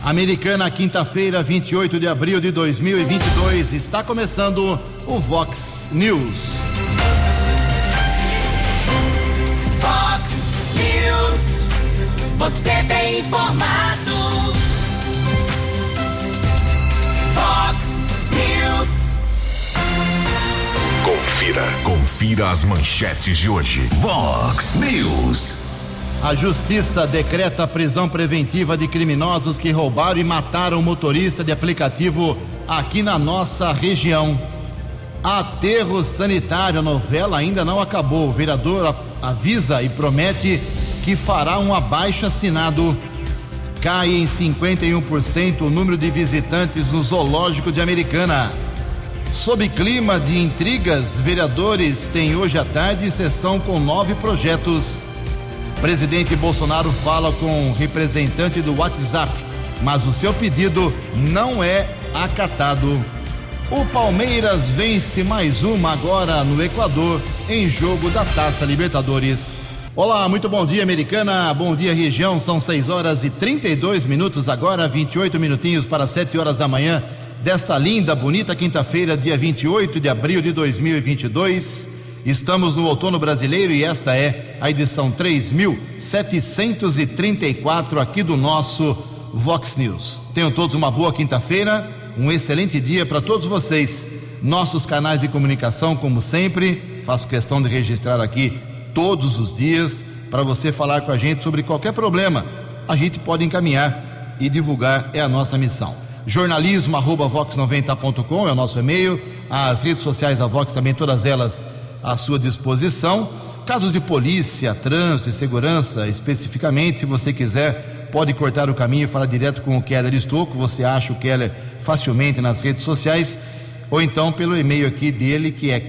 Americana, quinta-feira, 28 de abril de 2022. Está começando o Vox News. Vox News. Você bem informado. Vox News. Confira as manchetes de hoje. Vox News. A Justiça decreta a prisão preventiva de criminosos que roubaram e mataram o motorista de aplicativo aqui na nossa região. Aterro sanitário, a novela ainda não acabou. O vereador avisa e promete que fará um abaixo-assinado. Cai em 51% o número de visitantes no zoológico de Americana. Sob clima de intrigas, vereadores têm hoje à tarde sessão com 9 projetos. Presidente Bolsonaro fala com representante do WhatsApp, mas o seu pedido não é acatado. O Palmeiras vence mais uma agora no Equador, em jogo da Taça Libertadores. Olá, muito bom dia, Americana, bom dia, região. São 6 horas e 32 minutos agora, 28 minutinhos para 7 horas da manhã desta linda, bonita quinta-feira, dia 28 de abril de 2022. Estamos no outono brasileiro e esta é a edição 3734 aqui do nosso Vox News. Tenham todos uma boa quinta-feira, um excelente dia para todos vocês. Nossos canais de comunicação, como sempre, faço questão de registrar aqui todos os dias para você falar com a gente sobre qualquer problema. A gente pode encaminhar e divulgar, é a nossa missão. jornalismo@vox90.com é o nosso e-mail. As redes sociais da Vox também, todas elas à sua disposição. Casos de polícia, trânsito e segurança, especificamente, se você quiser, pode cortar o caminho e falar direto com o Keller Estocco. Você acha o Keller facilmente nas redes sociais, ou então pelo e-mail aqui dele, que é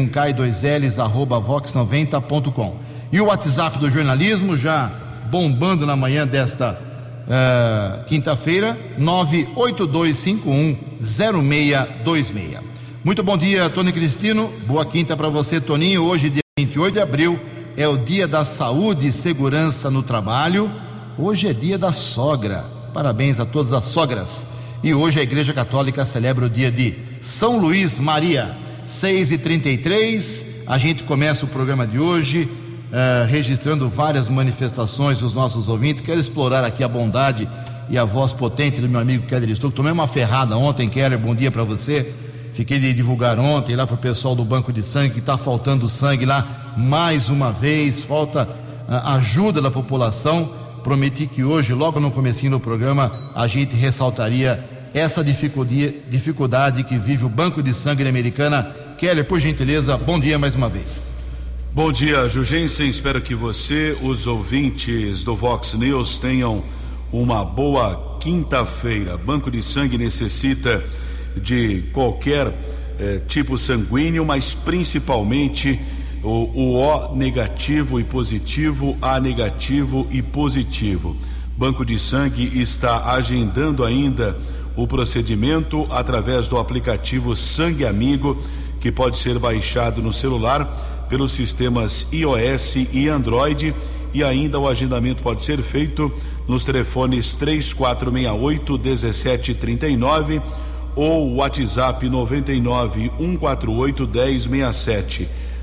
keller@vox90.com. E o WhatsApp do jornalismo, já bombando na manhã desta quinta-feira, 982510626. Muito bom dia, Tony Cristino. Boa quinta para você, Toninho. Hoje, dia 28 de abril, é o dia da saúde e segurança no trabalho. Hoje é dia da sogra. Parabéns a todas as sogras. E hoje a Igreja Católica celebra o dia de São Luís Maria. 6h33, a gente começa o programa de hoje registrando várias manifestações dos nossos ouvintes. Quero explorar aqui a bondade e a voz potente do meu amigo Keller Estocco. Tomei uma ferrada ontem, Keller, bom dia para você. Fiquei de divulgar ontem lá para o pessoal do Banco de Sangue que está faltando sangue lá mais uma vez, falta ajuda da população. Prometi que hoje, logo no comecinho do programa, a gente ressaltaria essa dificuldade que vive o Banco de Sangue da Americana. Keller, por gentileza, bom dia mais uma vez. Bom dia, Jugensen. Espero que você, os ouvintes do Vox News, tenham uma boa quinta-feira. Banco de Sangue necessita de qualquer tipo sanguíneo, mas principalmente o O negativo e positivo, A negativo e positivo. Banco de Sangue está agendando ainda o procedimento através do aplicativo Sangue Amigo, que pode ser baixado no celular pelos sistemas iOS e Android, e ainda o agendamento pode ser feito nos telefones 3468-1739 ou WhatsApp 99-148-1067.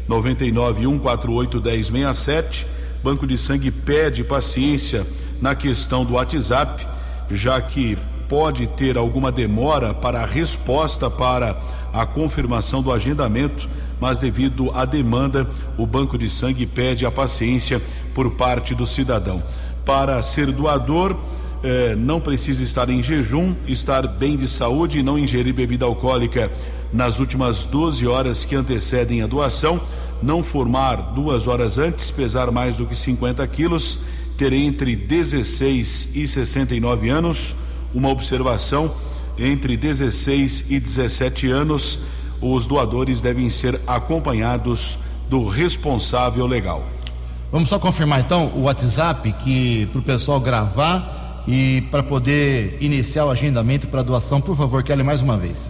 99-148-1067. Banco de Sangue pede paciência na questão do WhatsApp, já que pode ter alguma demora para a resposta para a confirmação do agendamento, mas devido à demanda, o Banco de Sangue pede a paciência por parte do cidadão. Para ser doador, não precisa estar em jejum, estar bem de saúde e não ingerir bebida alcoólica nas últimas 12 horas que antecedem a doação, não formar 2 horas antes, pesar mais do que 50 quilos, ter entre 16 e 69 anos. Uma observação: entre 16 e 17 anos, os doadores devem ser acompanhados do responsável legal. Vamos só confirmar então o WhatsApp, que para o pessoal gravar e para poder iniciar o agendamento para doação. Por favor, Kelly, mais uma vez.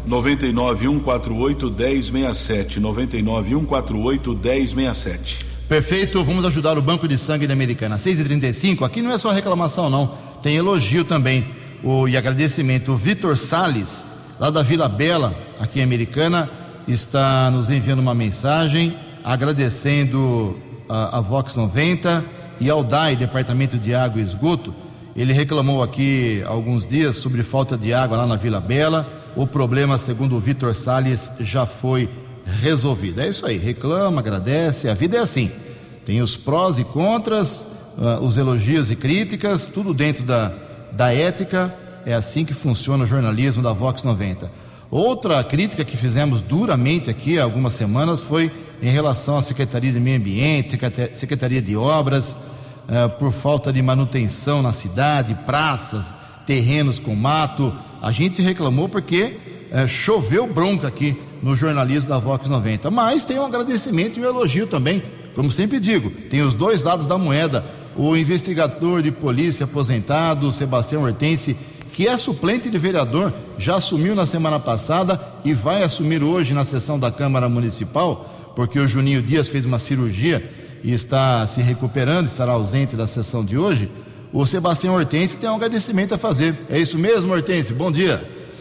99-148-1067. 99-148-1067. Perfeito, vamos ajudar o Banco de Sangue da Americana. 6h35, aqui não é só reclamação não, tem elogio também. e agradecimento. O Vitor Salles, lá da Vila Bela, aqui em Americana, está nos enviando uma mensagem agradecendo a Vox 90 e ao DAI, Departamento de Água e Esgoto. Ele reclamou aqui há alguns dias sobre falta de água lá na Vila Bela. O problema, segundo o Vitor Salles, já foi resolvido. É isso aí, reclama, agradece, a vida é assim. Tem os prós e contras, os elogios e críticas, tudo dentro da ética. É assim que funciona o jornalismo da Vox 90. Outra crítica que fizemos duramente aqui há algumas semanas foi em relação à Secretaria de Meio Ambiente, Secretaria de Obras, por falta de manutenção na cidade, praças, terrenos com mato. A gente reclamou porque choveu bronca aqui no jornalismo da Vox 90. Mas tem um agradecimento e um elogio também. Como sempre digo, tem os dois lados da moeda. O investigador de polícia aposentado, Sebastião Hortense, que é suplente de vereador, já assumiu na semana passada e vai assumir hoje na sessão da Câmara Municipal, porque o Juninho Dias fez uma cirurgia e está se recuperando, estará ausente da sessão de hoje. O Sebastião Hortense tem um agradecimento a fazer. É isso mesmo, Hortense? Bom dia.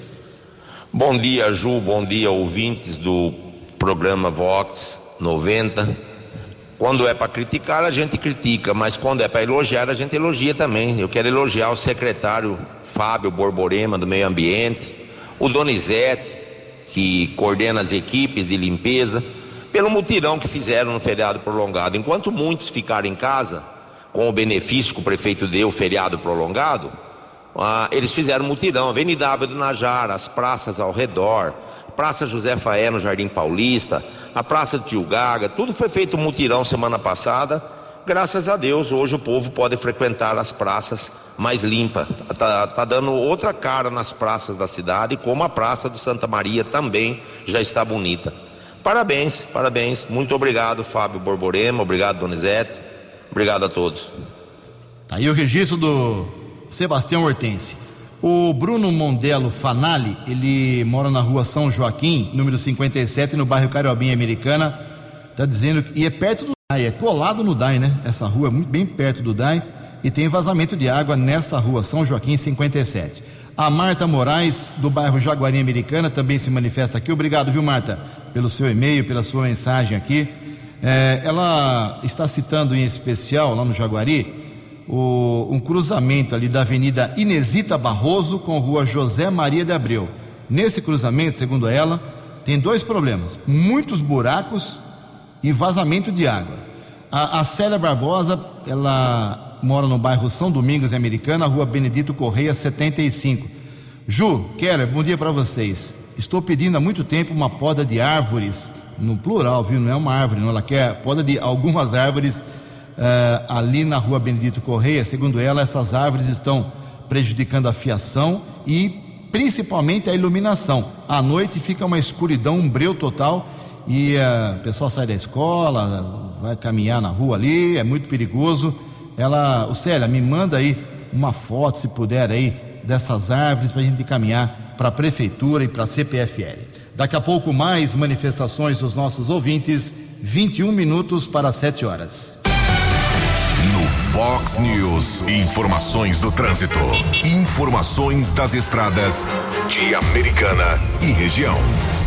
Bom dia, Ju. Bom dia, ouvintes do programa Vox 90. Quando é para criticar, a gente critica, mas quando é para elogiar, a gente elogia também. Eu quero elogiar o secretário Fábio Borborema, do Meio Ambiente, o Donizete, que coordena as equipes de limpeza, pelo mutirão que fizeram no feriado prolongado. Enquanto muitos ficaram em casa, com o benefício que o prefeito deu, feriado prolongado, eles fizeram mutirão, Avenida Água do Najara, as praças ao redor, Praça José Faé no Jardim Paulista, a Praça do Tio Gaga, tudo foi feito mutirão semana passada. Graças a Deus, hoje o povo pode frequentar as praças mais limpas. Tá dando outra cara nas praças da cidade, como a Praça do Santa Maria também já está bonita. Parabéns, parabéns. Muito obrigado, Fábio Borborema, obrigado, Donizete, obrigado a todos. Aí o registro do Sebastião Hortense. O Bruno Mondelo Fanali, ele mora na rua São Joaquim, número 57, no bairro Cariobinha Americana. Está dizendo que é perto do DAI, é colado no DAI, né? Essa rua é muito bem perto do DAI e tem vazamento de água nessa rua, São Joaquim 57. A Marta Moraes, do bairro Jaguari Americana, também se manifesta aqui. Obrigado, viu, Marta, pelo seu e-mail, pela sua mensagem aqui. Ela está citando em especial, lá no Jaguari, um cruzamento ali da Avenida Inesita Barroso com a rua José Maria de Abreu. Nesse cruzamento, segundo ela, tem dois problemas: muitos buracos e vazamento de água. A Célia Barbosa, ela mora no bairro São Domingos, em Americana, rua Benedito Correia 75. Ju, Keller, bom dia para vocês. Estou pedindo há muito tempo uma poda de árvores, no plural, viu? Não é uma árvore, não. Ela quer poda de algumas árvores ali na rua Benedito Correia. Segundo ela, essas árvores estão prejudicando a fiação e principalmente a iluminação. À noite fica uma escuridão, um breu total, e o pessoal sai da escola, vai caminhar na rua ali, é muito perigoso. O Célia, me manda aí uma foto, se puder, aí dessas árvores para a gente caminhar para a prefeitura e para a CPFL. Daqui a pouco mais manifestações dos nossos ouvintes, 21 minutos para 7 horas. No Fox News, informações do trânsito, informações das estradas de Americana e região.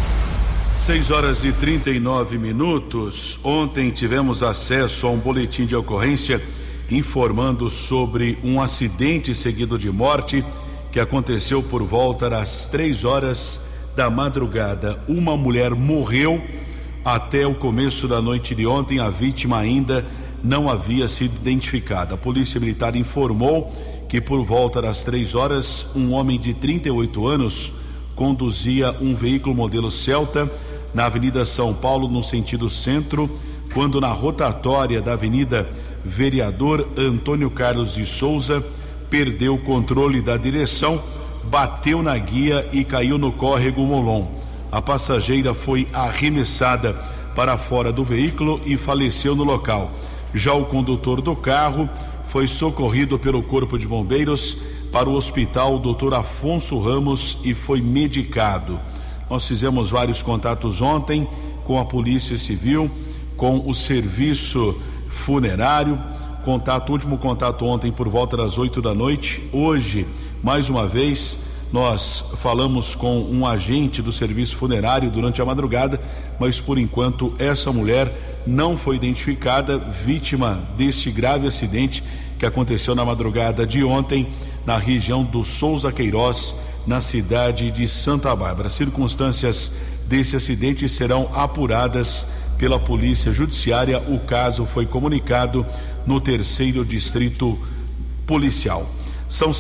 6 horas e 39 minutos. Ontem tivemos acesso a um boletim de ocorrência informando sobre um acidente seguido de morte que aconteceu por volta das 3 horas da madrugada. Uma mulher morreu. Até o começo da noite de ontem, a vítima ainda não havia sido identificada. A Polícia Militar informou que por volta das 3 horas, um homem de 38 anos conduzia um veículo modelo Celta na Avenida São Paulo, no sentido centro, quando na rotatória da Avenida Vereador Antônio Carlos de Souza perdeu o controle da direção, bateu na guia e caiu no córrego Molon. A passageira foi arremessada para fora do veículo e faleceu no local. Já o condutor do carro foi socorrido pelo Corpo de Bombeiros para o Hospital Dr. Afonso Ramos e foi medicado. Nós fizemos vários contatos ontem com a Polícia Civil, com o Serviço Funerário, último contato ontem por volta das 8 da noite. Hoje, mais uma vez, nós falamos com um agente do serviço funerário durante a madrugada, mas por enquanto essa mulher não foi identificada, vítima deste grave acidente que aconteceu na madrugada de ontem na região do Souza Queiroz, na cidade de Santa Bárbara. Circunstâncias desse acidente serão apuradas pela Polícia Judiciária. O caso foi comunicado no 3º Distrito Policial. São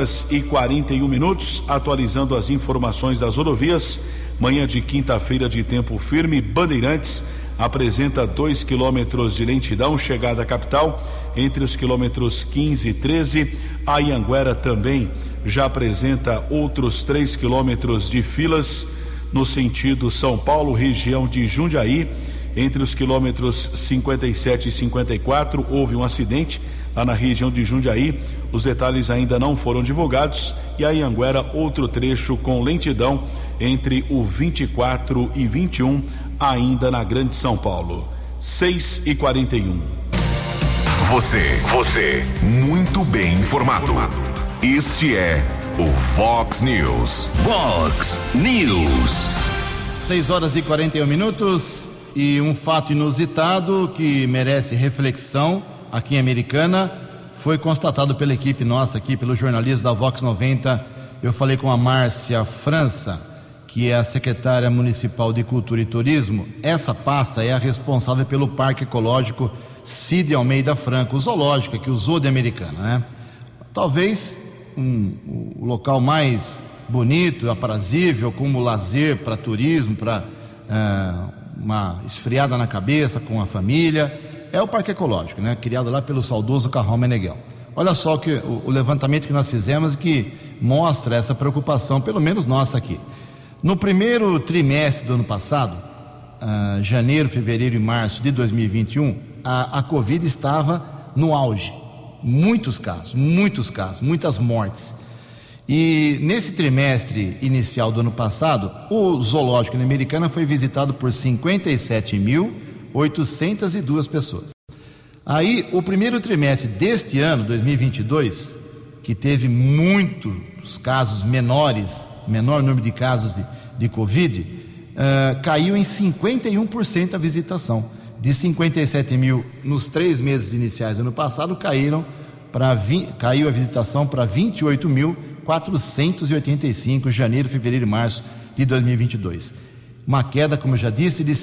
6h41, atualizando as informações das rodovias. Manhã de quinta-feira de tempo firme. Bandeirantes apresenta 2 quilômetros de lentidão, chegada à capital, entre os quilômetros 15 e 13. A Anhanguera também já apresenta outros 3 quilômetros de filas no sentido São Paulo, região de Jundiaí. Entre os quilômetros 57 e 54 houve um acidente lá na região de Jundiaí. Os detalhes ainda não foram divulgados. E a Anhanguera, outro trecho com lentidão entre o 24 e 21, ainda na Grande São Paulo. 6h41. Você, muito bem informado. Este é o Vox News. Vox News. 6h41. E um fato inusitado que merece reflexão aqui em Americana foi constatado pela equipe nossa aqui, pelo jornalismo da Vox 90. Eu falei com a Márcia França, que é a secretária municipal de Cultura e Turismo. Essa pasta é a responsável pelo Parque Ecológico Cide Almeida Franco, o zoológico aqui, o Zoo de Americana, né? Talvez o local mais bonito, aprazível, como lazer para turismo, para uma esfriada na cabeça com a família, é o Parque Ecológico, né? Criado lá pelo saudoso Carrão Meneghel. Olha só o levantamento que nós fizemos, que mostra essa preocupação, pelo menos nossa aqui. No primeiro trimestre do ano passado, janeiro, fevereiro e março de 2021, a Covid estava no auge. Muitos casos, muitas mortes. E nesse trimestre inicial do ano passado, o zoológico na Americana foi visitado por 57.802 pessoas. Aí, o primeiro trimestre deste ano, 2022, que teve muitos casos menor número de casos de Covid, caiu em 51% a visitação. De 57 mil nos 3 meses iniciais do ano passado, caiu a visitação para 28.485, janeiro, fevereiro e março de 2022. Uma queda, como eu já disse, de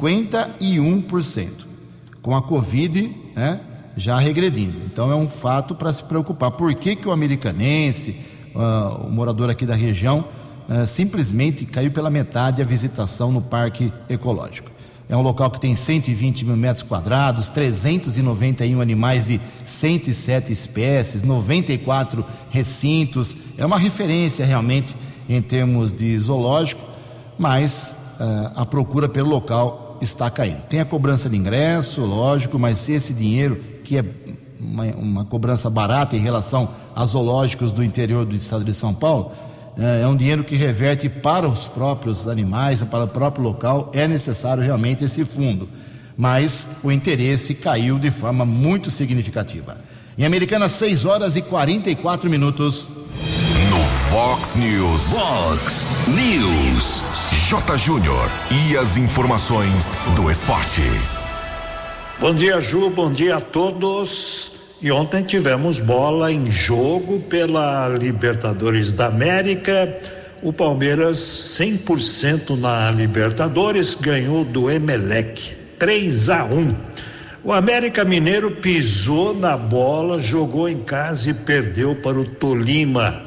51%, com a Covid, né, já regredindo. Então é um fato para se preocupar. Por que o americanense, o morador aqui da região, simplesmente caiu pela metade a visitação no Parque Ecológico? É um local que tem 120 mil metros quadrados, 391 animais de 107 espécies, 94 recintos. É uma referência realmente em termos de zoológico, mas a procura pelo local está caindo. Tem a cobrança de ingresso, lógico, mas esse dinheiro, que é uma cobrança barata em relação a zoológicos do interior do estado de São Paulo, é um dinheiro que reverte para os próprios animais, para o próprio local. É necessário realmente esse fundo, mas o interesse caiu de forma muito significativa. Em Americana, 6h44. No Vox News. Vox News. J. Júnior e as informações do esporte. Bom dia, Ju, bom dia a todos. E ontem tivemos bola em jogo pela Libertadores da América. O Palmeiras 100% na Libertadores, ganhou do Emelec 3-1. O América Mineiro pisou na bola, jogou em casa e perdeu para o Tolima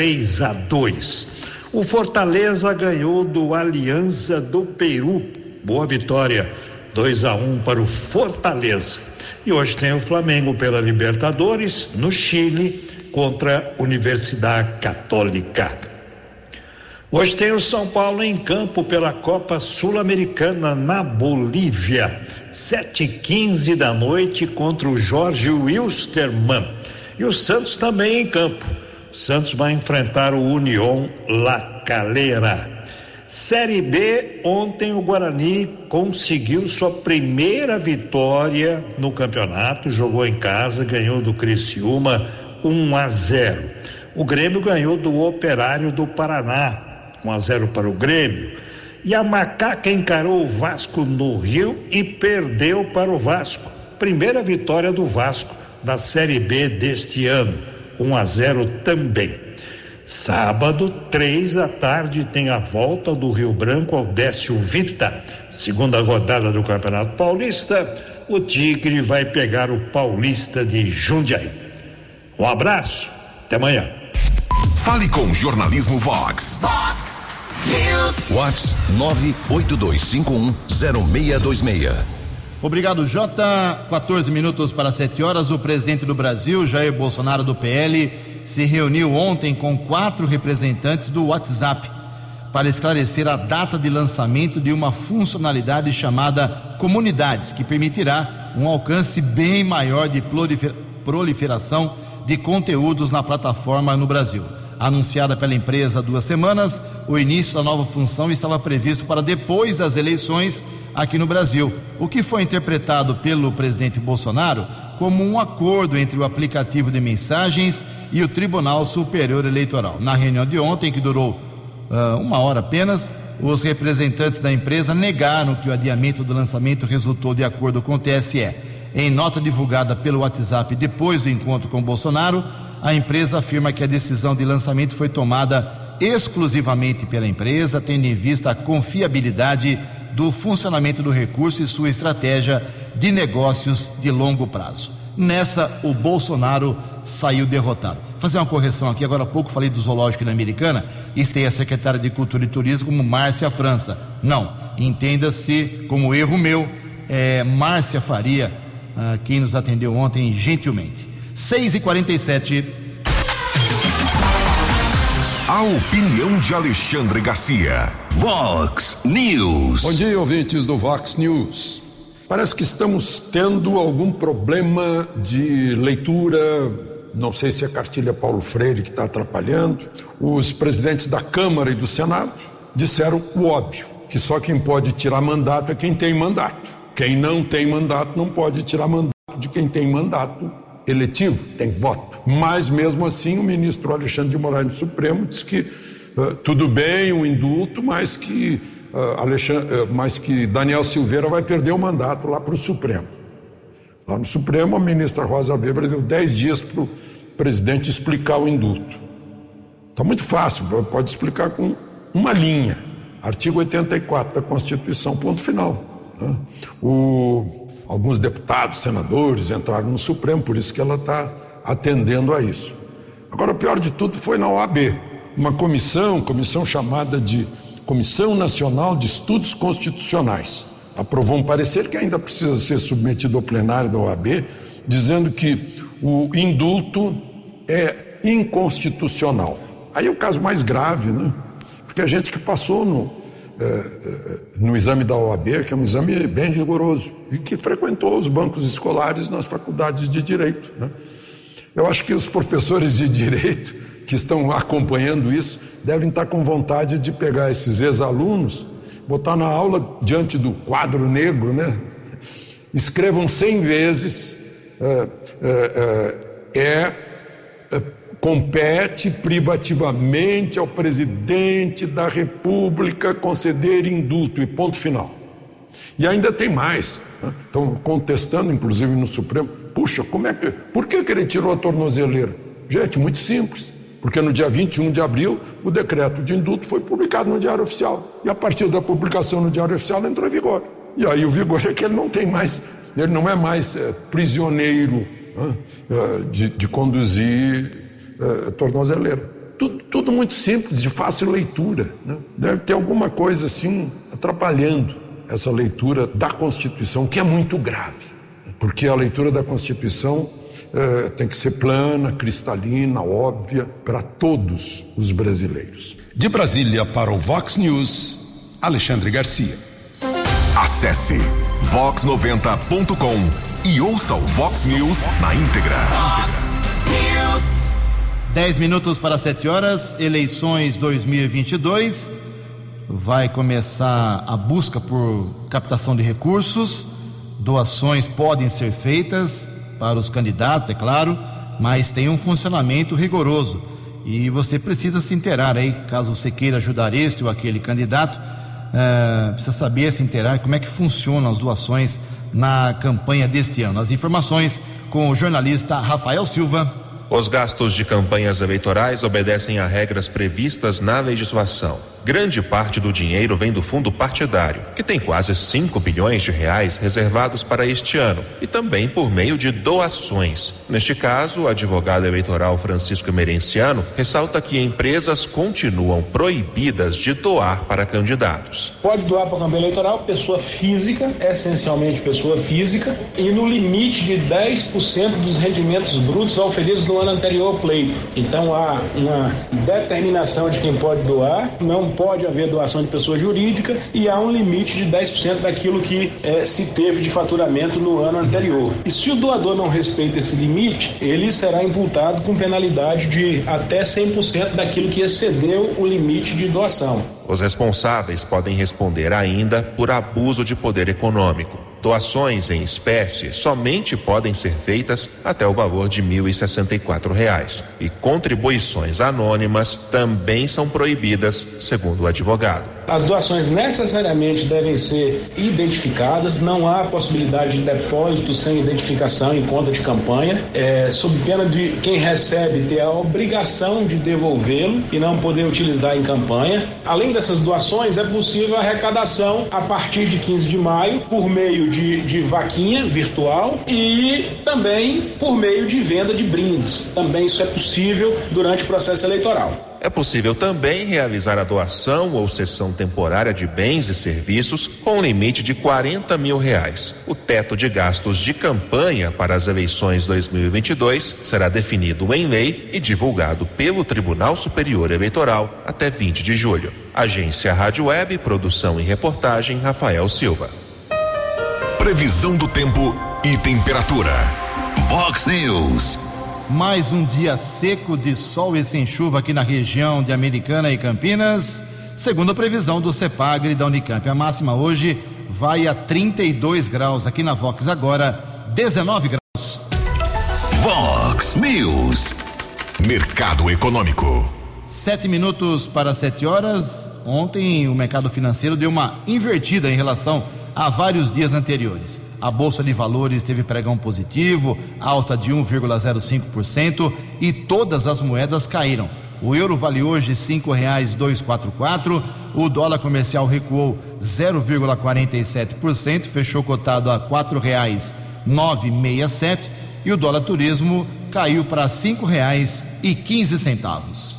3-2. O Fortaleza ganhou do Alianza do Peru, boa vitória, 2-1 para o Fortaleza. E hoje tem o Flamengo pela Libertadores no Chile contra a Universidade Católica. Hoje tem o São Paulo em campo pela Copa Sul-Americana na Bolívia, 7h15 da noite contra o Jorge Wilstermann. E o Santos também em campo. O Santos vai enfrentar o Unión La Calera. Série B, ontem o Guarani conseguiu sua primeira vitória no campeonato, jogou em casa, ganhou do Criciúma 1-0. O Grêmio ganhou do Operário do Paraná, 1-0 para o Grêmio. E a Macaca encarou o Vasco no Rio e perdeu para o Vasco. Primeira vitória do Vasco da Série B deste ano, 1-0 também. Sábado, 3h, tem a volta do Rio Branco ao Décio Vita. Segunda rodada do Campeonato Paulista, o Tigre vai pegar o Paulista de Jundiaí. Um abraço, até amanhã. Fale com o Jornalismo Vox. Vox News. Vox 982510626. Obrigado, Jota. 14 minutos para 7h. O presidente do Brasil, Jair Bolsonaro, do PL, se reuniu ontem com 4 representantes do WhatsApp para esclarecer a data de lançamento de uma funcionalidade chamada Comunidades, que permitirá um alcance bem maior de proliferação de conteúdos na plataforma no Brasil. Anunciada pela empresa há 2 semanas, o início da nova função estava previsto para depois das eleições aqui no Brasil, o que foi interpretado pelo presidente Bolsonaro como um acordo entre o aplicativo de mensagens e o Tribunal Superior Eleitoral. Na reunião de ontem, que durou 1 hora apenas, os representantes da empresa negaram que o adiamento do lançamento resultou de acordo com o TSE. Em nota divulgada pelo WhatsApp depois do encontro com Bolsonaro, a empresa afirma que a decisão de lançamento foi tomada exclusivamente pela empresa, tendo em vista a confiabilidade do funcionamento do recurso e sua estratégia de negócios de longo prazo. Nessa, o Bolsonaro saiu derrotado. Vou fazer uma correção aqui, agora há pouco falei do zoológico da Americana, e tem a secretária de Cultura e Turismo como Márcia França. Não, entenda-se como erro meu, é Márcia Faria, quem nos atendeu ontem gentilmente. 6h47. A opinião de Alexandre Garcia. Vox News. Bom dia, ouvintes do Vox News. Parece que estamos tendo algum problema de leitura. Não sei se é a cartilha Paulo Freire que está atrapalhando. Os presidentes da Câmara e do Senado disseram o óbvio, que só quem pode tirar mandato é quem tem mandato. Quem não tem mandato não pode tirar mandato de quem tem mandato eletivo, tem voto. Mas mesmo assim o ministro Alexandre de Moraes do Supremo disse que tudo bem o indulto, mas que Daniel Silveira vai perder o mandato lá para o Supremo. Lá no Supremo, a ministra Rosa Weber deu 10 dias para o presidente explicar o indulto. Está muito fácil, pode explicar com uma linha. Artigo 84 da Constituição, ponto final. Né? Alguns deputados, senadores entraram no Supremo, por isso que ela está atendendo a isso. Agora, o pior de tudo foi na OAB. Uma comissão chamada de Comissão Nacional de Estudos Constitucionais aprovou um parecer que ainda precisa ser submetido ao plenário da OAB, dizendo que o indulto é inconstitucional. Aí é o caso mais grave, né? Porque a gente que passou no exame da OAB, que é um exame bem rigoroso, e que frequentou os bancos escolares nas faculdades de Direito, né? Eu acho que os professores de Direito que estão acompanhando isso devem estar com vontade de pegar esses ex-alunos, botar na aula diante do quadro negro, né? Escrevam 100 vezes compete privativamente ao presidente da República conceder indulto e ponto final. E ainda tem mais, né? Estão contestando, inclusive no Supremo, puxa, por que ele tirou a tornozeleira? Gente, muito simples, porque no dia 21 de abril o decreto de indulto foi publicado no Diário Oficial, e a partir da publicação no Diário Oficial entrou em vigor. E aí o vigor é que ele não é mais prisioneiro, né, de conduzir tornozeleira. Tudo muito simples, de fácil leitura, né? Deve ter alguma coisa assim atrapalhando essa leitura da Constituição, que é muito grave, porque a leitura da Constituição tem que ser plana, cristalina, óbvia para todos os brasileiros. De Brasília para o Vox News, Alexandre Garcia. Acesse vox90.com e ouça o Vox News na íntegra. Vox News. 10 minutos para 7 horas, eleições 2022. vai começar a busca por captação de recursos. Doações podem ser feitas para os candidatos, é claro, mas tem um funcionamento rigoroso e você precisa se inteirar aí, caso você queira ajudar este ou aquele candidato, precisa saber, se inteirar como é que funcionam as doações na campanha deste ano. As informações com o jornalista Rafael Silva. Os gastos de campanhas eleitorais obedecem a regras previstas na legislação. Grande parte do dinheiro vem do fundo partidário, que tem quase 5 bilhões de reais reservados para este ano, e também por meio de doações. Neste caso, o advogado eleitoral Francisco Emerenciano ressalta que empresas continuam proibidas de doar para candidatos. Pode doar para a campanha eleitoral pessoa física, essencialmente pessoa física, e no limite de 10% dos rendimentos brutos auferidos no ano anterior ao pleito. Então há uma determinação de quem pode doar, não pode haver doação de pessoa jurídica e há um limite de 10% daquilo que se teve de faturamento no ano anterior. E se o doador não respeita esse limite, ele será imputado com penalidade de até 100% daquilo que excedeu o limite de doação. Os responsáveis podem responder ainda por abuso de poder econômico. Doações em espécie somente podem ser feitas até o valor de R$ 1.064 e contribuições anônimas também são proibidas, segundo o advogado. As doações necessariamente devem ser identificadas, não há possibilidade de depósito sem identificação em conta de campanha, sob pena de quem recebe ter a obrigação de devolvê-lo e não poder utilizar em campanha. Além dessas doações, é possível a arrecadação a partir de 15 de maio por meio de vaquinha virtual e também por meio de venda de brindes. Também isso é possível durante o processo eleitoral. É possível também realizar a doação ou cessão temporária de bens e serviços com um limite de R$40 mil. O teto de gastos de campanha para as eleições 2022 será definido em lei e divulgado pelo Tribunal Superior Eleitoral até 20 de julho. Agência Rádio Web, produção e reportagem Rafael Silva. Previsão do tempo e temperatura. Vox News. Mais um dia seco de sol e sem chuva aqui na região de Americana e Campinas, segundo a previsão do CEPAGRE da Unicamp. A máxima hoje vai a 32 graus, aqui na Vox agora 19 graus. Vox News, mercado econômico. 7 minutos para 7 horas. Ontem o mercado financeiro deu uma invertida em relação a vários dias anteriores. A Bolsa de Valores teve pregão positivo, alta de 1,05% e todas as moedas caíram. O euro vale hoje R$ 5,244, o dólar comercial recuou 0,47%, fechou cotado a R$ 4,967 e o dólar turismo caiu para R$ 5,15.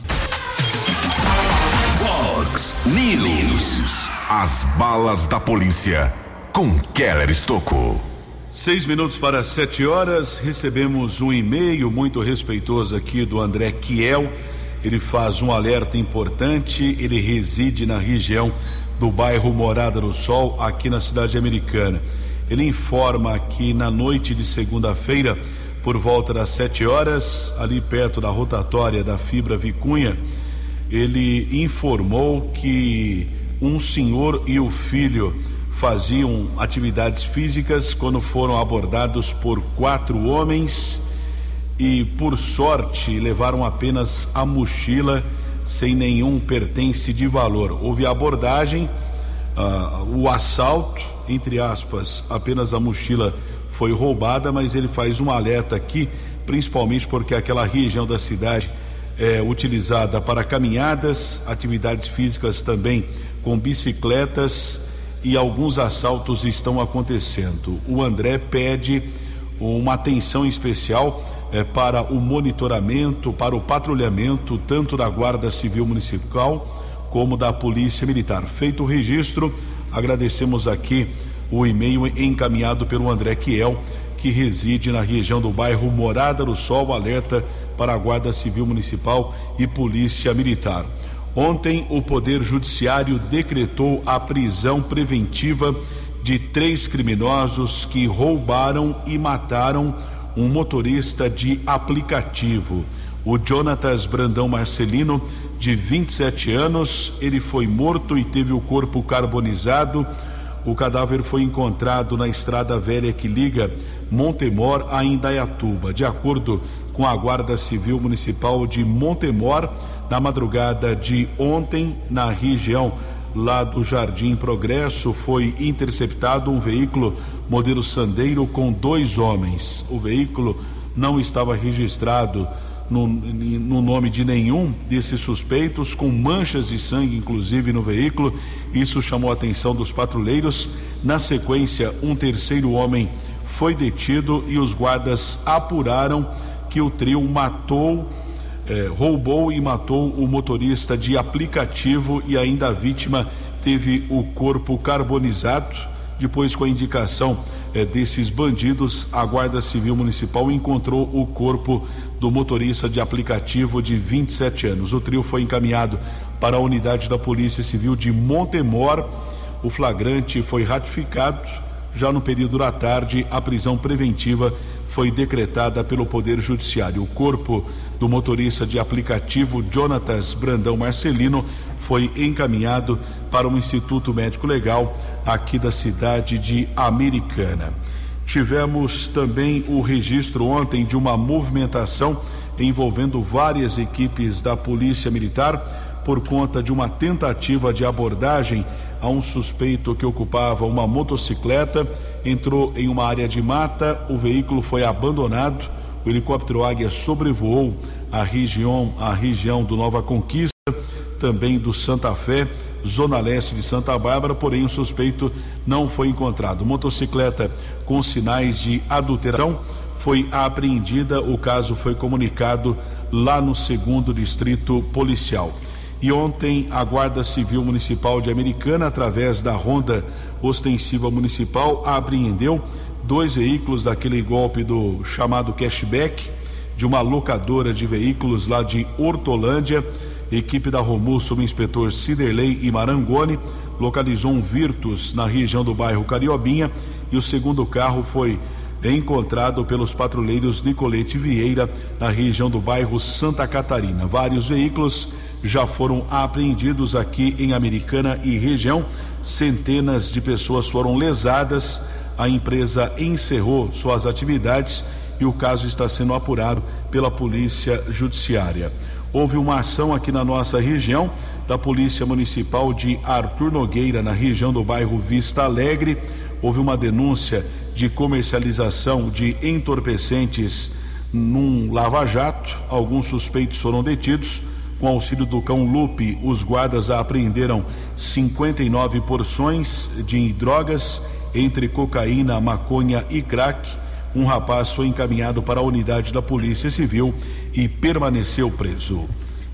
Vox News. As balas da polícia com Keller Estocco. 6 minutos para 7 horas, recebemos um e-mail muito respeitoso aqui do André Kiel. Ele faz um alerta importante. Ele reside na região do bairro Morada do Sol, aqui na cidade americana. Ele informa que na noite de segunda-feira, por volta das 7 horas, ali perto da rotatória da Fibra Vicunha, ele informou que um senhor e o filho faziam atividades físicas quando foram abordados por 4 homens e, por sorte, levaram apenas a mochila sem nenhum pertence de valor. Houve abordagem, o assalto, entre aspas, apenas a mochila foi roubada, mas ele faz um alerta aqui, principalmente porque aquela região da cidade é utilizada para caminhadas, atividades físicas também com bicicletas, e alguns assaltos estão acontecendo. O André pede uma atenção especial para o monitoramento, para o patrulhamento, tanto da Guarda Civil Municipal como da Polícia Militar. Feito o registro, agradecemos aqui o e-mail encaminhado pelo André Kiel, que reside na região do bairro Morada do Sol, alerta para a Guarda Civil Municipal e Polícia Militar. Ontem, o Poder Judiciário decretou a prisão preventiva de 3 criminosos que roubaram e mataram um motorista de aplicativo. O Jonatas Brandão Marcelino de 27 anos. Ele foi morto e teve o corpo carbonizado. O cadáver foi encontrado na estrada velha que liga Montemor a Indaiatuba. De acordo com a Guarda Civil Municipal de Montemor, na madrugada de ontem, na região lá do Jardim Progresso, foi interceptado um veículo modelo Sandero com 2 homens. O veículo não estava registrado no nome de nenhum desses suspeitos, com manchas de sangue inclusive no veículo. Isso chamou a atenção dos patrulheiros. Na sequência, um terceiro homem foi detido e os guardas apuraram que o trio roubou e matou o motorista de aplicativo, e ainda a vítima teve o corpo carbonizado. Depois, com a indicação desses bandidos, a Guarda Civil Municipal encontrou o corpo do motorista de aplicativo de 27 anos. O trio foi encaminhado para a unidade da Polícia Civil de Montemor. O flagrante foi ratificado. Já no período da tarde, a prisão preventiva foi decretada pelo Poder Judiciário. O corpo do motorista de aplicativo Jonatas Brandão Marcelino foi encaminhado para o Instituto Médico Legal aqui da cidade de Americana. Tivemos também o registro ontem de uma movimentação envolvendo várias equipes da Polícia Militar por conta de uma tentativa de abordagem a um suspeito que ocupava uma motocicleta. Entrou em uma área de mata, o veículo foi abandonado, o helicóptero Águia sobrevoou a região do Nova Conquista, também do Santa Fé, zona leste de Santa Bárbara, porém o suspeito não foi encontrado. Motocicleta com sinais de adulteração foi apreendida, o caso foi comunicado lá no 2º Distrito Policial. E ontem a Guarda Civil Municipal de Americana, através da Ronda Ostensiva Municipal, apreendeu 2 veículos daquele golpe do chamado cashback, de uma locadora de veículos lá de Hortolândia. Equipe da Romu, subinspetor Ciderley e Marangoni, localizou um Virtus na região do bairro Cariobinha, e o segundo carro foi encontrado pelos patrulheiros Nicolete Vieira na região do bairro Santa Catarina. Vários veículos já foram apreendidos aqui em Americana e região. Centenas de pessoas foram lesadas. A empresa encerrou suas atividades e o caso está sendo apurado pela Polícia Judiciária. Houve uma ação aqui na nossa região da Polícia Municipal de Arthur Nogueira, na região do bairro Vista Alegre. Houve uma denúncia de comercialização de entorpecentes num lava-jato. Alguns suspeitos foram detidos. Com auxílio do cão Lupe, os guardas apreenderam 59 porções de drogas, entre cocaína, maconha e crack. Um rapaz foi encaminhado para a unidade da Polícia Civil e permaneceu preso.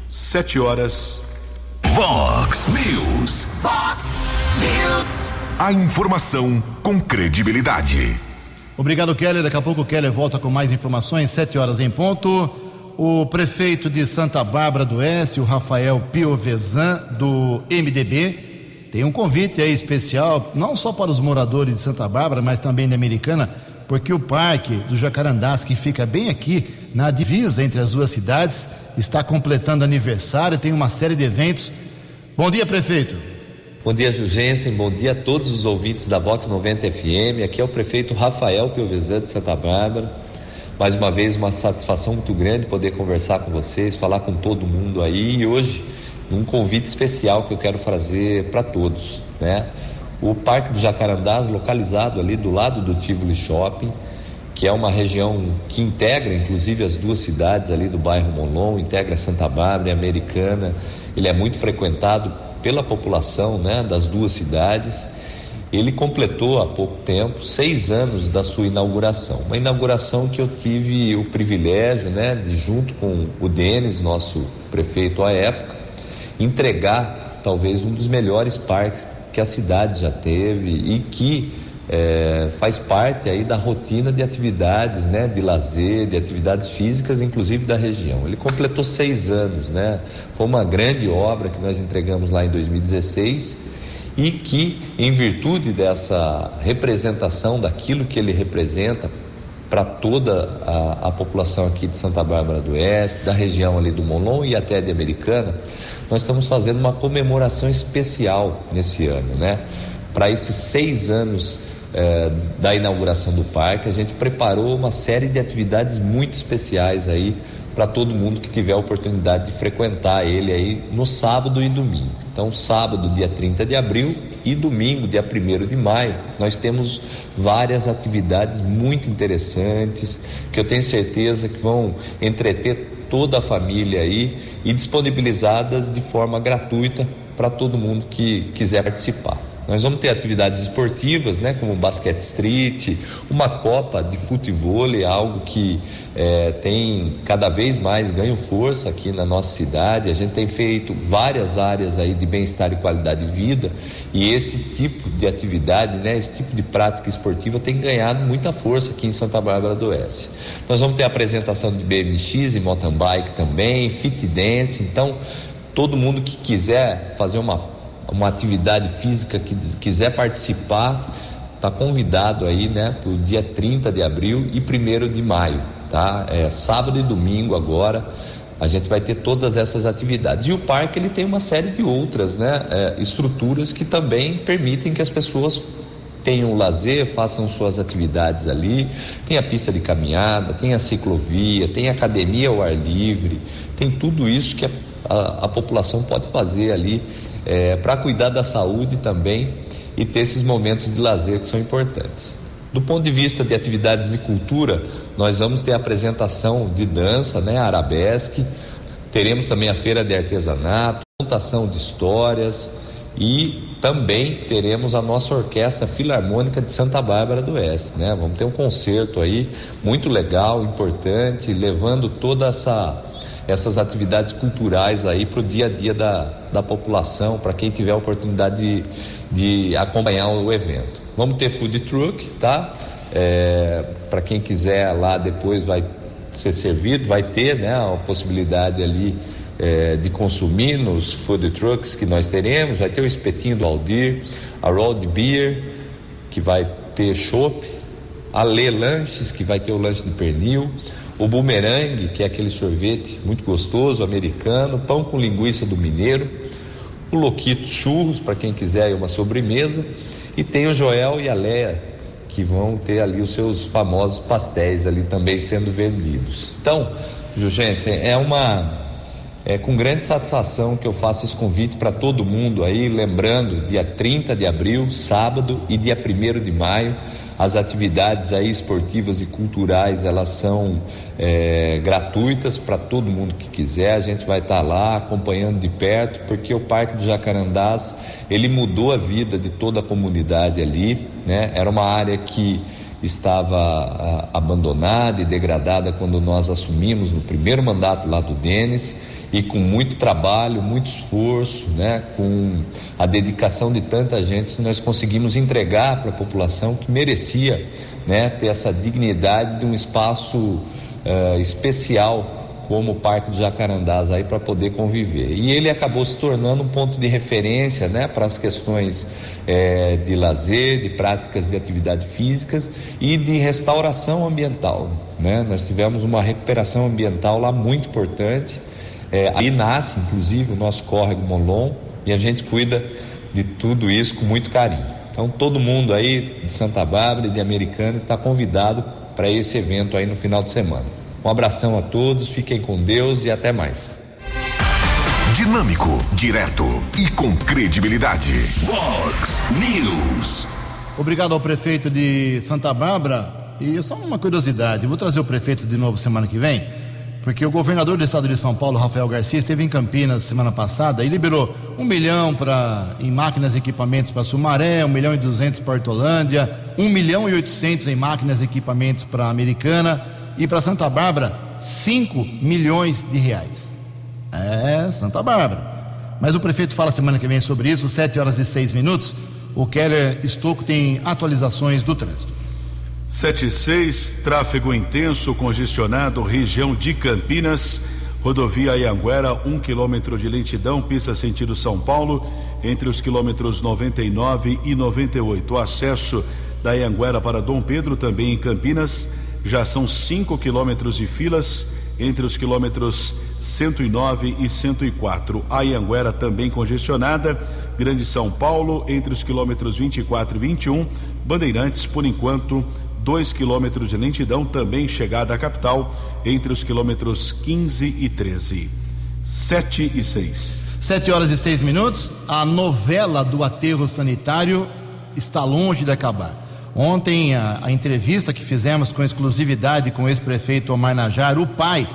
7h. Vox News. Vox News. A informação com credibilidade. Obrigado, Keller. Daqui a pouco o Keller volta com mais informações. 7h em ponto. O prefeito de Santa Bárbara do Oeste, o Rafael Piovesan, do MDB, tem um convite aí especial, não só para os moradores de Santa Bárbara, mas também da Americana, porque o Parque do Jacarandás, que fica bem aqui na divisa entre as duas cidades, está completando aniversário, tem uma série de eventos. Bom dia, prefeito. Bom dia, Jugensen, bom dia a todos os ouvintes da Vox 90 FM. Aqui é o prefeito Rafael Piovesan de Santa Bárbara. Mais uma vez, uma satisfação muito grande poder conversar com vocês, falar com todo mundo aí, e hoje um convite especial que eu quero fazer para todos, né? O Parque do Jacarandás, localizado ali do lado do Tivoli Shopping, que é uma região que integra inclusive as duas cidades ali do bairro Molon, integra Santa Bárbara e Americana. Ele é muito frequentado pela população, né, das duas cidades. Ele completou há pouco tempo 6 anos da sua inauguração, uma inauguração que eu tive o privilégio, né, de, junto com o Denis, nosso prefeito à época, entregar talvez um dos melhores parques que a cidade já teve e que faz parte aí da rotina de atividades, né, de lazer, de atividades físicas, inclusive da região. Ele completou 6 anos, né? Foi uma grande obra que nós entregamos lá em 2016 e que, em virtude dessa representação daquilo que ele representa para toda a população aqui de Santa Bárbara do Oeste, da região ali do Molon e até de Americana. Nós estamos fazendo uma comemoração especial nesse ano, né? Para esses 6 anos da inauguração do parque, a gente preparou uma série de atividades muito especiais aí para todo mundo que tiver a oportunidade de frequentar ele aí no sábado e domingo. Então, sábado, dia 30 de abril, e domingo, dia 1º de maio, nós temos várias atividades muito interessantes, que eu tenho certeza que vão entreter toda a família aí e disponibilizadas de forma gratuita para todo mundo que quiser participar. Nós vamos ter atividades esportivas, né, como basquete street, uma copa de futevôlei, algo que tem cada vez mais ganho força aqui na nossa cidade. A gente tem feito várias áreas aí de bem-estar e qualidade de vida, e esse tipo de atividade, né, esse tipo de prática esportiva tem ganhado muita força aqui em Santa Bárbara do Oeste. Nós vamos ter a apresentação de BMX e mountain bike também, fit dance. Então, todo mundo que quiser fazer uma atividade física, que quiser participar, está convidado aí, né, para o dia 30 de abril e 1º de maio, tá? Sábado e domingo agora a gente vai ter todas essas atividades. E o parque, ele tem uma série de outras, né, estruturas que também permitem que as pessoas tenham lazer, façam suas atividades ali. Tem a pista de caminhada, tem a ciclovia, tem a academia ao ar livre, tem tudo isso que a população pode fazer ali para cuidar da saúde também e ter esses momentos de lazer que são importantes. Do ponto de vista de atividades de cultura, nós vamos ter a apresentação de dança, né, arabesque, teremos também a feira de artesanato, contação de histórias, e também teremos a nossa orquestra filarmônica de Santa Bárbara do Oeste, né? Vamos ter um concerto aí muito legal, importante, levando todas essas atividades culturais aí para o dia a dia da população, para quem tiver a oportunidade de acompanhar o evento. Vamos ter food truck, tá? Para quem quiser lá depois vai ser servido, vai ter, né, a possibilidade ali de consumir nos food trucks que nós teremos. Vai ter o espetinho do Aldir, a Road Beer, que vai ter chopp, a Lê Lanches, que vai ter o lanche de pernil, o Boomerang, que é aquele sorvete muito gostoso, americano, pão com linguiça do mineiro, o Loquito Churros, para quem quiser uma sobremesa, e tem o Joel e a Leia, que vão ter ali os seus famosos pastéis ali também sendo vendidos. Então, Jurgência, é com grande satisfação que eu faço esse convite para todo mundo aí, lembrando, dia 30 de abril, sábado, e dia 1º de maio, as atividades aí esportivas e culturais, elas são gratuitas para todo mundo que quiser. A gente vai estar lá acompanhando de perto, porque o Parque do Jacarandás, ele mudou a vida de toda a comunidade ali, né? Era uma área que estava abandonada e degradada quando nós assumimos no primeiro mandato lá do Denis, e com muito trabalho, muito esforço, né, com a dedicação de tanta gente, nós conseguimos entregar para a população que merecia, né, ter essa dignidade de um espaço especial como o Parque do Jacarandás aí para poder conviver. E ele acabou se tornando um ponto de referência, né, para as questões de lazer, de práticas de atividades físicas e de restauração ambiental, né? Nós tivemos uma recuperação ambiental lá muito importante. Aí nasce, inclusive, o nosso córrego Molon, e a gente cuida de tudo isso com muito carinho. Então, todo mundo aí de Santa Bárbara e de Americana está convidado para esse evento aí no final de semana. Um abração a todos, fiquem com Deus e até mais. Dinâmico, direto e com credibilidade. Vox News. Obrigado ao prefeito de Santa Bárbara. E só uma curiosidade, vou trazer o prefeito de novo semana que vem, porque o governador do estado de São Paulo, Rafael Garcia, esteve em Campinas semana passada e liberou 1 milhão em máquinas e equipamentos para Sumaré, 1.200.000 para Hortolândia, 1.800.000 em máquinas e equipamentos para Americana, e para Santa Bárbara 5 milhões de reais. Santa Bárbara. Mas o prefeito fala semana que vem sobre isso, 7h06. O Keller Estocco tem atualizações do trânsito. 7:06, tráfego intenso, congestionado, região de Campinas, rodovia Anhanguera, 1 quilômetro de lentidão, pista sentido São Paulo, entre os quilômetros 99 e 98. O acesso da Anhanguera para Dom Pedro, também em Campinas, Já são 5 quilômetros de filas entre os quilômetros 109 e 104. A Anhanguera também congestionada. Grande São Paulo entre os quilômetros 24 e 21. Bandeirantes, por enquanto, 2 quilômetros de lentidão, também chegada à capital entre os quilômetros 15 e 13. 7 e 6. 7 horas e 6 minutos. A novela do aterro sanitário está longe de acabar. Ontem, a entrevista que fizemos com exclusividade com o ex-prefeito Omar Najjar, o pai,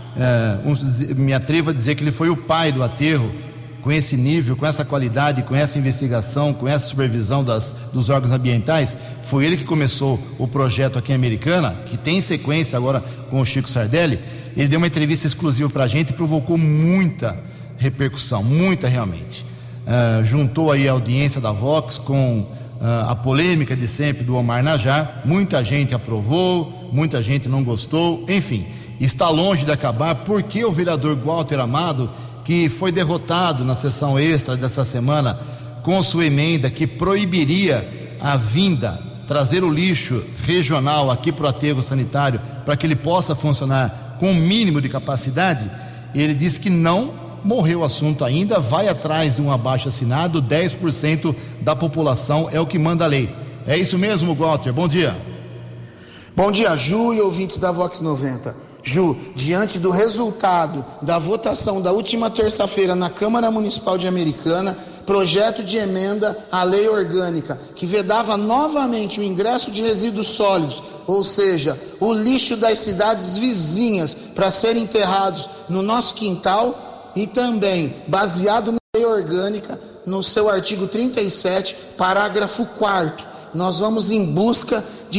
me atrevo a dizer que ele foi o pai do aterro, com esse nível, com essa qualidade, com essa investigação, com essa supervisão dos órgãos ambientais. Foi ele que começou o projeto aqui em Americana, que tem sequência agora com o Chico Sardelli. Ele deu uma entrevista exclusiva para a gente e provocou muita repercussão, muita realmente. Juntou aí a audiência da Vox com a polêmica de sempre do Omar Najjar. Muita gente aprovou, muita gente não gostou, enfim, está longe de acabar, porque o vereador Walter Amado, que foi derrotado na sessão extra dessa semana com sua emenda que proibiria a vinda, trazer o lixo regional aqui para o aterro sanitário, para que ele possa funcionar com o mínimo de capacidade, ele disse que não morreu o assunto ainda, vai atrás de um abaixo-assinado. 10% da população é o que manda a lei. É isso mesmo, Walter? Bom dia. Bom dia, Ju e ouvintes da Vox 90. Ju, diante do resultado da votação da última terça-feira na Câmara Municipal de Americana, projeto de emenda à lei orgânica que vedava novamente o ingresso de resíduos sólidos, ou seja, o lixo das cidades vizinhas, para serem enterrados no nosso quintal, e também baseado na lei orgânica, no seu artigo 37, parágrafo 4º, nós vamos em busca de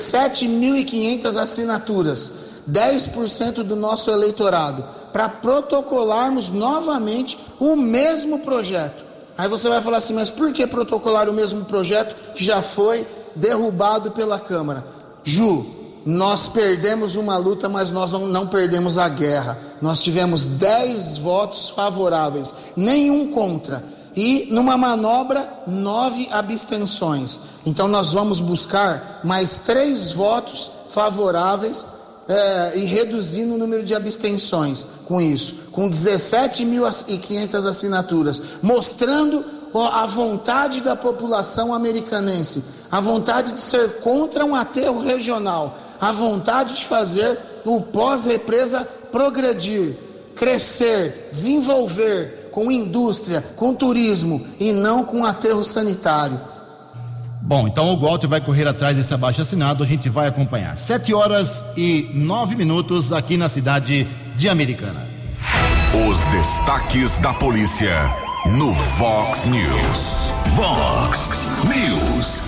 17.500 assinaturas, 10% do nosso eleitorado, para protocolarmos novamente o mesmo projeto. Aí você vai falar assim, mas por que protocolar o mesmo projeto que já foi derrubado pela Câmara? Ju, nós perdemos uma luta, mas nós não perdemos a guerra. Nós tivemos 10 votos favoráveis, nenhum contra, e numa manobra 9 abstenções. Então nós vamos buscar mais 3 votos favoráveis e reduzindo o número de abstenções com isso, com 17.500 assinaturas, mostrando a vontade da população americanense, a vontade de ser contra um aterro regional, a vontade de fazer o pós-represa progredir, crescer, desenvolver com indústria, com turismo e não com aterro sanitário. Bom, então o Walter vai correr atrás desse abaixo-assinado, a gente vai acompanhar. 7 horas e 9 minutos aqui na cidade de Americana. Os destaques da polícia no Vox News. Vox News.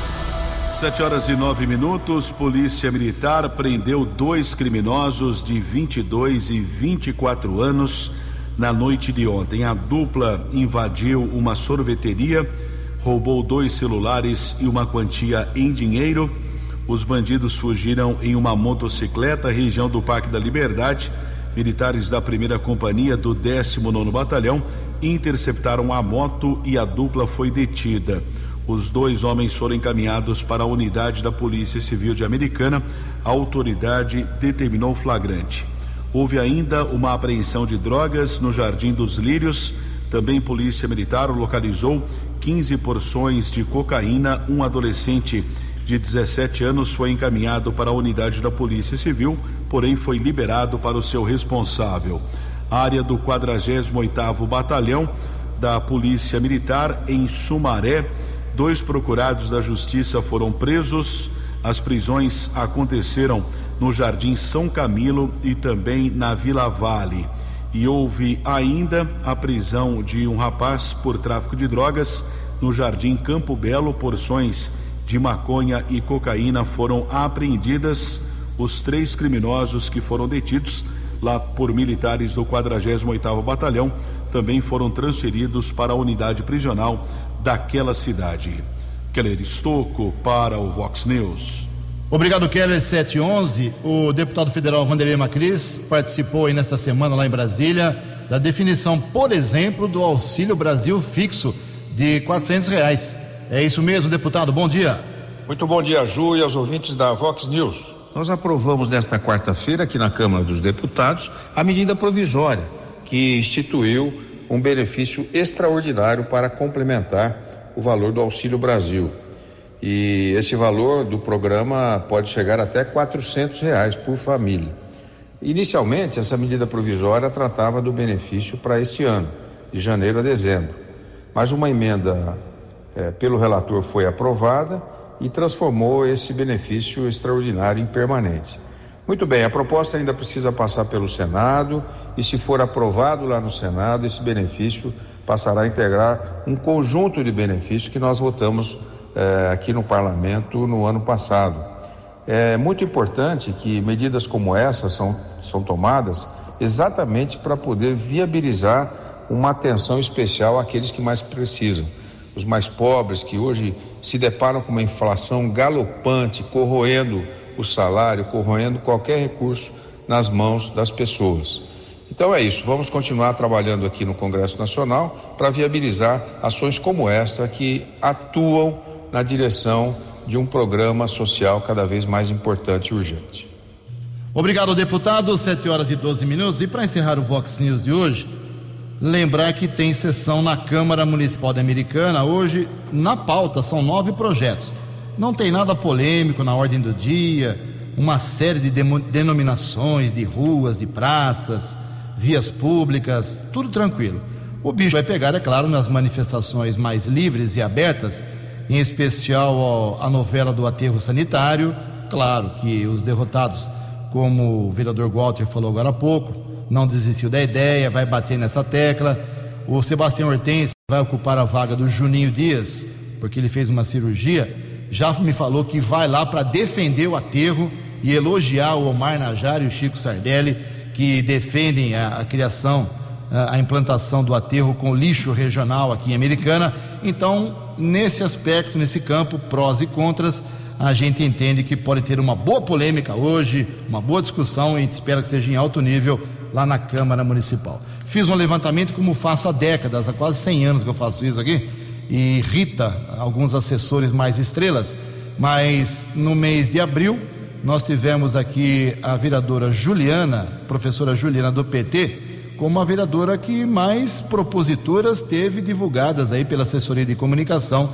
7 horas e 9 minutos. Polícia Militar prendeu 2 criminosos de 22 e 24 anos na noite de ontem. A dupla invadiu uma sorveteria, roubou 2 celulares e uma quantia em dinheiro. Os bandidos fugiram em uma motocicleta, região do Parque da Liberdade. Militares da 1ª Companhia do 19º Batalhão interceptaram a moto e a dupla foi detida. Os 2 homens foram encaminhados para a unidade da Polícia Civil de Americana. A autoridade determinou o flagrante. Houve ainda uma apreensão de drogas no Jardim dos Lírios. Também Polícia Militar localizou 15 porções de cocaína. Um adolescente de 17 anos foi encaminhado para a unidade da Polícia Civil, porém foi liberado para o seu responsável. A área do 48º Batalhão da Polícia Militar em Sumaré, 2 procurados da Justiça foram presos. As prisões aconteceram no Jardim São Camilo e também na Vila Vale. E houve ainda a prisão de um rapaz por tráfico de drogas no Jardim Campo Belo. Porções de maconha e cocaína foram apreendidas. Os 3 criminosos que foram detidos lá por militares do 48º Batalhão também foram transferidos para a unidade prisional daquela cidade. Keller Estocco para o Vox News. Obrigado, Keller. 7:11. O deputado federal Vanderlei Macris participou aí nessa semana lá em Brasília da definição, por exemplo, do Auxílio Brasil fixo de R$400. É isso mesmo, deputado? Bom dia. Muito bom dia, Ju, e aos ouvintes da Vox News. nós aprovamos nesta quarta-feira aqui na Câmara dos Deputados a medida provisória que instituiu um benefício extraordinário para complementar o valor do Auxílio Brasil. E esse valor do programa pode chegar até R$400 por família. Inicialmente, essa medida provisória tratava do benefício para este ano, de janeiro a dezembro. Mas uma emenda pelo relator foi aprovada e transformou esse benefício extraordinário em permanente. Muito bem, a proposta ainda precisa passar pelo Senado e, se for aprovado lá no Senado, esse benefício passará a integrar um conjunto de benefícios que nós votamos aqui no Parlamento no ano passado. É muito importante que medidas como essa são tomadas exatamente para poder viabilizar uma atenção especial àqueles que mais precisam. Os mais pobres, que hoje se deparam com uma inflação galopante, corroendo o salário, corroendo qualquer recurso nas mãos das pessoas. Então é isso, vamos continuar trabalhando aqui no Congresso Nacional para viabilizar ações como esta que atuam na direção de um programa social cada vez mais importante e urgente. Obrigado, deputado. 7h12. E para encerrar o Vox News de hoje, lembrar que tem sessão na Câmara Municipal de Americana. Hoje, na pauta, são 9 projetos. Não tem nada polêmico na ordem do dia, uma série de denominações de ruas, de praças, vias públicas, tudo tranquilo. O bicho vai pegar, é claro, nas manifestações mais livres e abertas, em especial a novela do aterro sanitário. Claro que os derrotados, como o vereador Walter falou agora há pouco, não desistiu da ideia, vai bater nessa tecla. O Sebastião Hortense vai ocupar a vaga do Juninho Dias, porque ele fez uma cirurgia. Já me falou que vai lá para defender o aterro e elogiar o Omar Najjar e o Chico Sardelli, que defendem a criação, a implantação do aterro com lixo regional aqui em Americana. Então, nesse aspecto, nesse campo, prós e contras, a gente entende que pode ter uma boa polêmica hoje, uma boa discussão, e a gente espera que seja em alto nível lá na Câmara Municipal. Fiz um levantamento como faço há décadas, há quase 100 anos que eu faço isso aqui, e irrita alguns assessores mais estrelas, mas no mês de abril nós tivemos aqui a vereadora Juliana, professora Juliana do PT, como a vereadora que mais proposituras teve divulgadas aí pela assessoria de comunicação,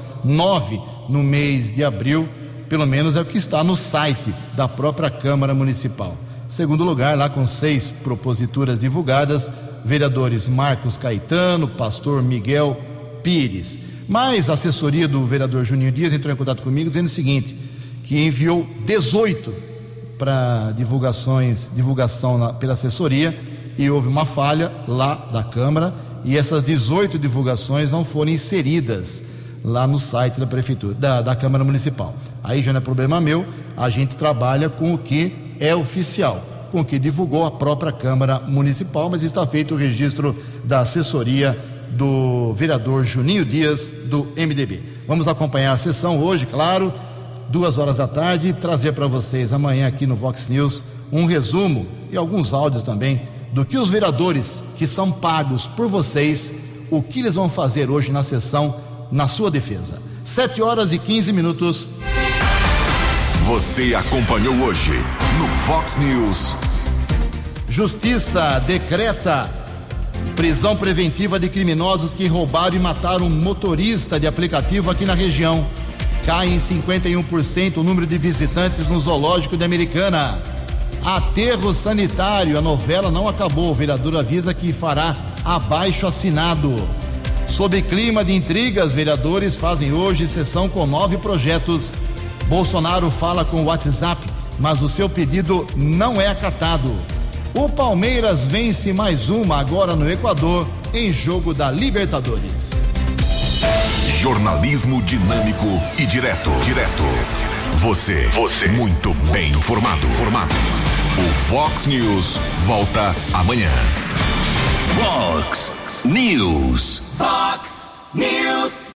9 no mês de abril, pelo menos é o que está no site da própria Câmara Municipal. Segundo lugar, lá com 6 proposituras divulgadas, vereadores Marcos Caetano, pastor Miguel Pires. Mas a assessoria do vereador Juninho Dias entrou em contato comigo dizendo o seguinte, que enviou 18 para divulgação pela assessoria, e houve uma falha lá da Câmara, e essas 18 divulgações não foram inseridas lá no site da Prefeitura, da Câmara Municipal. Aí já não é problema meu, a gente trabalha com o que é oficial, com o que divulgou a própria Câmara Municipal, mas está feito o registro da assessoria do vereador Juninho Dias, do MDB. Vamos acompanhar a sessão hoje, claro, 14h, e trazer para vocês amanhã aqui no Vox News um resumo e alguns áudios também do que os vereadores que são pagos por vocês, o que eles vão fazer hoje na sessão na sua defesa. 7h15. Você acompanhou hoje no Vox News. Justiça decreta prisão preventiva de criminosos que roubaram e mataram um motorista de aplicativo aqui na região. Cai em 51% o número de visitantes no zoológico de Americana. Aterro sanitário, a novela não acabou. O vereador avisa que fará abaixo-assinado. Sob clima de intrigas, vereadores fazem hoje sessão com 9 projetos. Bolsonaro fala com o WhatsApp, mas o seu pedido não é acatado. O Palmeiras vence mais uma agora no Equador, em jogo da Libertadores. Jornalismo dinâmico e direto. Você muito bem informado. O Vox News volta amanhã. Vox News.